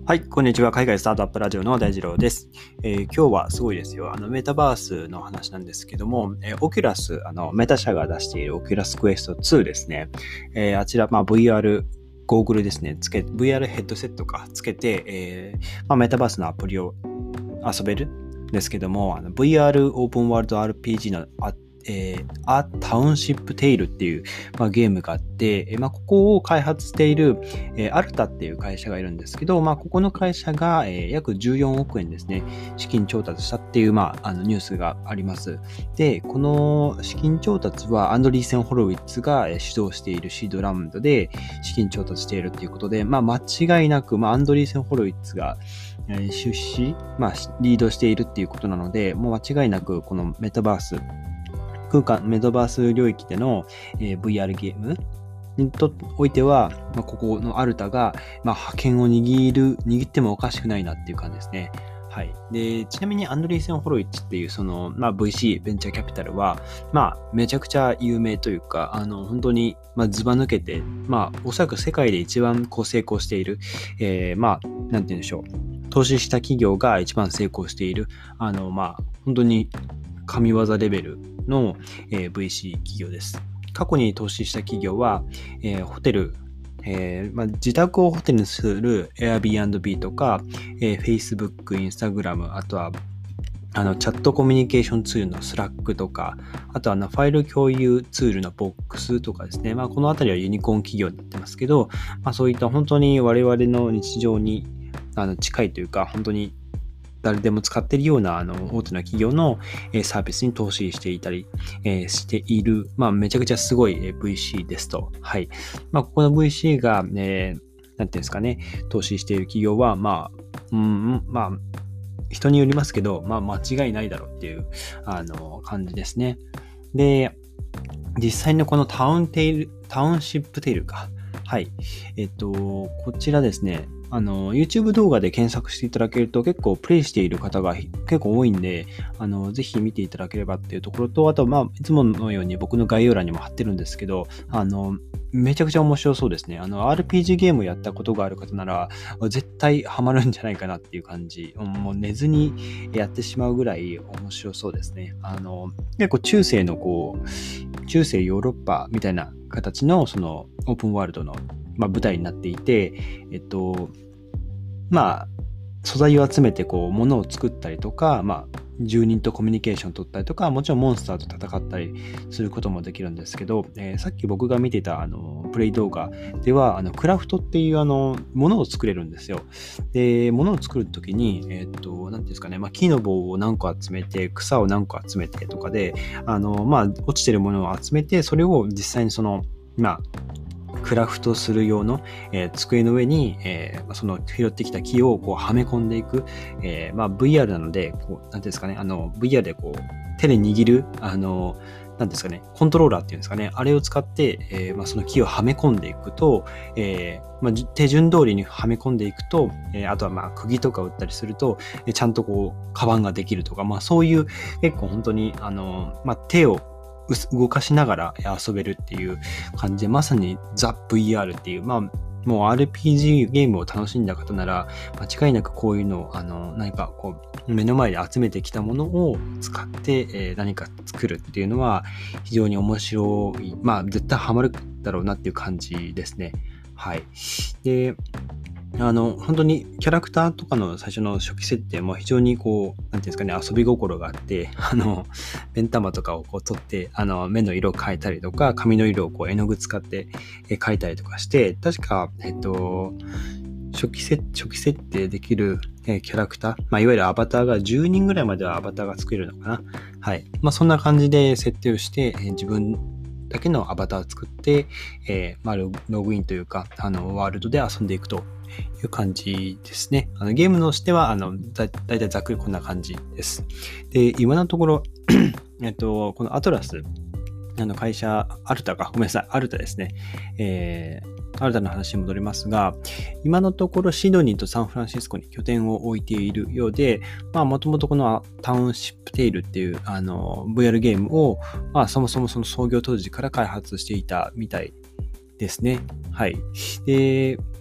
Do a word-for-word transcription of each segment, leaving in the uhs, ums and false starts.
はい、こんにちは。海外スタートアップラジオの大二郎です。えー今日はすごいですよ。あのメタバースの話なんですけども、えー、オキュラス、あのメタ社が出しているオキュラスクエストツーですね。えーあちら、まあ、ブイアール ゴーグルですね。つけ ブイアール ヘッドセットかつけて、えーまあ、メタバースのアプリを遊べるんですけども、あの ブイアール オープンワールド アールピージー のあえー、アタウンシップテイルっていう、まあ、ゲームがあって、えーまあ、ここを開発している、えーアルタっていう会社がいるんですけど、まあ、ここの会社が、えー約じゅうよんおくえんですね、資金調達したっていう、まあ、あのニュースがあります。で、この資金調達はアンドリーセン・ホロウィッツがえー主導しているシードラウンドで資金調達しているっていうことで、まあ、間違いなく、まあ、アンドリーセン・ホロウィッツがえー出資、まあ、リードしているっていうことなので、もう間違いなくこのメタバース、空間、メタバース領域での、えー ブイアール ゲームにとおいては、まあ、ここのアルタが、まあ、覇権を握る、握ってもおかしくないなっていう感じですね。はい。で、ちなみにアンドリーセン・ホロイッチっていうその、まあ、ブイシー、ベンチャーキャピタルは、まあ、めちゃくちゃ有名というか、あの、本当に、まあ、ずば抜けて、まあ、おそらく世界で一番こう成功している、えー、まあ、なんて言うんでしょう。投資した企業が一番成功している、あの、まあ、本当に神業レベルの、えー ブイシー 企業です。過去に投資した企業は、えーホテル、えーまあ、自宅をホテルにする Airbnb とか、えー Facebook、Instagram、あとはあのチャットコミュニケーションツールの Slack とか、あとはあのファイル共有ツールの Box とかですね、まあ、このあたりはユニコーン企業になってますけど、まあ、そういった本当に我々の日常にあの近いというか、本当に誰でも使っているようなあの大手の企業のえーサービスに投資していたり、えーしている、まあ、めちゃくちゃすごいえー ブイシー ですと。はい。まあ、ここの ブイシー が、えーなんていうんですかね、投資している企業は、まあ、うん、まあ、人によりますけど、まあ、間違いないだろうっていう、あの、感じですね。で、実際のこのタウンテイル、タウンシップテイルか。はい。えっと、こちらですね、あの、YouTube 動画で検索していただけると結構プレイしている方が結構多いんで、あの、ぜひ見ていただければっていうところと、あと、まあ、いつものように僕の概要欄にも貼ってるんですけど、あの、めちゃくちゃ面白そうですね。あの、アールピージー ゲームやったことがある方なら、絶対ハマるんじゃないかなっていう感じ。もう寝ずにやってしまうぐらい面白そうですね。あの、結構中世のこう、中世ヨーロッパみたいな形のそのオープンワールドの、まあ、舞台になっていて、えっと、まあ、素材を集めてこう物を作ったりとか、まあ、住人とコミュニケーションを取ったりとか、もちろんモンスターと戦ったりすることもできるんですけど、えーさっき僕が見てたあのプレイ動画では、あのクラフトっていうあの物を作れるんですよ。で、物を作るときに、えっと、なんていうんですかね、まあ、木の棒を何個集めて、草を何個集めてとかで、あの、まあ、落ちてるものを集めて、それを実際にその、まあ、クラフトする用の、えー机の上に、えーその拾ってきた木をこうはめ込んでいく、えーまあ、ブイアール なので、こう、なんていうんですかね、あの、ブイアール でこう、手で握る、あの、なんですかね、コントローラーっていうんですかね、あれを使って、えーまあ、その木をはめ込んでいくと、えーまあ、じ手順通りにはめ込んでいくと、えーあとはまあ釘とか打ったりすると、えーちゃんとこう、カバンができるとか、まあそういう結構本当に、あの、まあ手をうす動かしながら遊べるっていう感じで、まさにザ・ ブイアール っていう、まあ、もう アールピージー ゲームを楽しんだ方なら、間違いなくこういうのを、あの、何かこう、目の前で集めてきたものを使って、えー何か作るっていうのは、非常に面白い。まあ、絶対ハマるだろうなっていう感じですね。はい。で、あの、本当にキャラクターとかの最初の初期設定も非常にこう、なんていうんですかね、遊び心があって、あの、ペン玉とかをこう取って、あの、目の色を変えたりとか、髪の色をこう絵の具使ってえ描いたりとかして、確か、えっと、初期設初期設定できるえーキャラクター、まあ、いわゆるアバターがじゅうにんぐらいまではアバターが作れるのかな。はい。まあ、そんな感じで設定をして、えー自分だけのアバターを作って、えーまあ、ロログインというか、あの、ワールドで遊んでいくという感じですね。あのゲームのしては、あの、だ、だいたいざっくりこんな感じです。で、今のところ、えっと、このアトラス、あの会社、アルタか、ごめんなさい、アルタですね。えーアルタの話に戻りますが、今のところシドニーとサンフランシスコに拠点を置いているようで、まあもともとこのタウンシップテイルっていうあの ブイアール ゲームを、まあそもそもその創業当時から開発していたみたいですね。はい。で、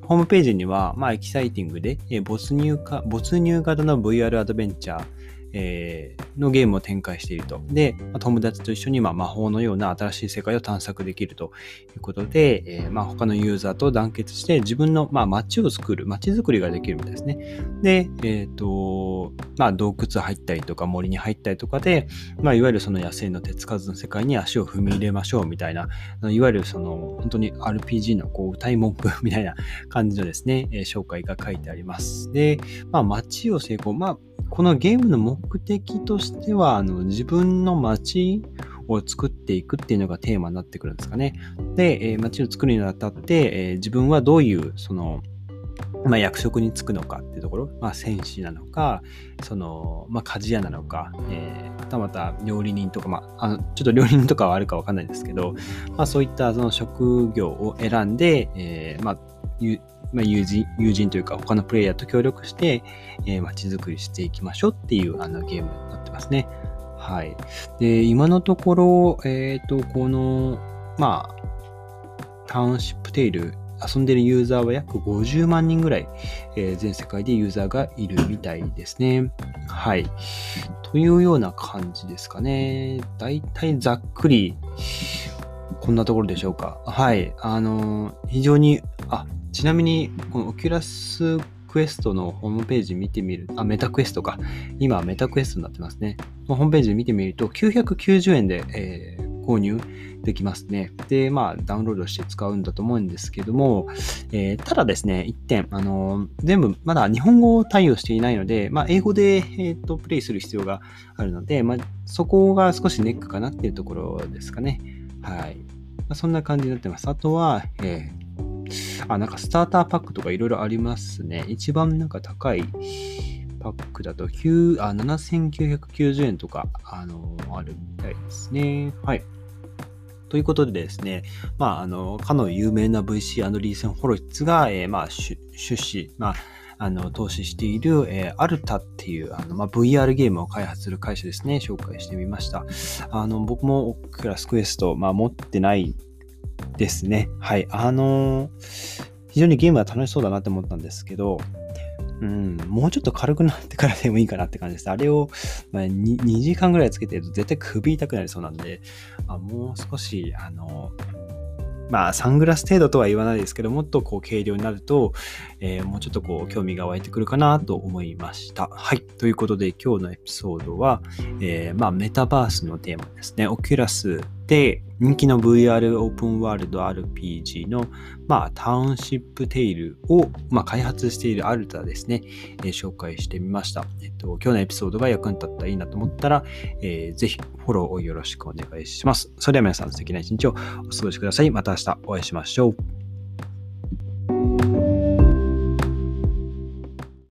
ホームページには、まあ、エキサイティングで、えー没入か、没入型の ブイアール アドベンチャー、えーのゲームを展開していると。で、まあ友達と一緒にまあ魔法のような新しい世界を探索できるということで、えーまあ他のユーザーと団結して自分のまあ街を作る、街づくりができるみたいですね。で、えっと、まあ洞窟入ったりとか森に入ったりとかで、まあいわゆるその野生の手つかずの世界に足を踏み入れましょうみたいな、いわゆるその本当に アールピージー のこう歌い文句みたいな感じのですね、えー紹介が書いてあります。で、まあ街を成功、まあこのゲームの目的としては、あの、自分の街を作っていくっていうのがテーマになってくるんですかね。で、えー街を作るにあたって、えー自分はどういう、その、まあ、役職に就くのかっていうところ、まあ、戦士なのか、その、まあ、鍛冶屋なのか、えー、はたまた料理人とか、まあ、あの、ちょっと料理人とかはあるかわかんないですけど、まあ、そういったその職業を選んで、えー、まあ、まあ、友人、友人というか他のプレイヤーと協力して、えー、街づくりしていきましょうっていうあのゲームになってますね。はい。で、今のところ、えっと、この、まあ、タウンシップテイル、遊んでるユーザーは約ごじゅうまんにんぐらい、えー全世界でユーザーがいるみたいですね。はい。というような感じですかね。だいたいざっくり、こんなところでしょうか。はい。あの、非常に、あ、ちなみに、このオキュラスクエストのホームページ見てみる、あ、メタクエストか。今はメタクエストになってますね。ホームページ見てみると、きゅうひゃくきゅうじゅうえんで、えー購入できますね。で、まあ、ダウンロードして使うんだと思うんですけども、えーただですね、一点、あのー全部まだ日本語対応していないので、まあ、英語で、えーと、プレイする必要があるので、まあ、そこが少しネックかなっていうところですかね。はい。まあ、そんな感じになってます。あとは、えーあ、なんかスターターパックとかいろいろありますね。一番なんか高いパックだときゅうあななせんきゅうひゃくきゅうじゅうえんとか、あのあるみたいですね。はい。ということでですね、まあ、あの、かの有名な ブイシー リーセン・ホロイッツが、えーまあ、出出資、まあ、あの、投資している、えー、アルタっていう、あの、まあ、ブイアール ゲームを開発する会社ですね、紹介してみました。あの、僕もオキュラスクエスト、まあ、持ってないですね。はい。あのー非常にゲームは楽しそうだなって思ったんですけど、うん、もうちょっと軽くなってからでもいいかなって感じです。あれを、まあ、に, にじかんぐらいつけてると絶対首痛くなりそうなんで、あもう少し、あの、まあ、サングラス程度とは言わないですけど、もっとこう軽量になると、えーもうちょっとこう興味が湧いてくるかなと思いました。はい。ということで今日のエピソードは、えーまあ、メタバースのテーマですね。オキュラスで人気の ブイアール オープンワールド アールピージー の、まあ、タウンシップテイルを、まあ、開発しているアルタですね、えー紹介してみました。えっと、今日のエピソードが役に立ったらいいなと思ったら、えーぜひフォローをよろしくお願いします。それでは皆さん素敵な一日をお過ごしください。また明日お会いしましょう。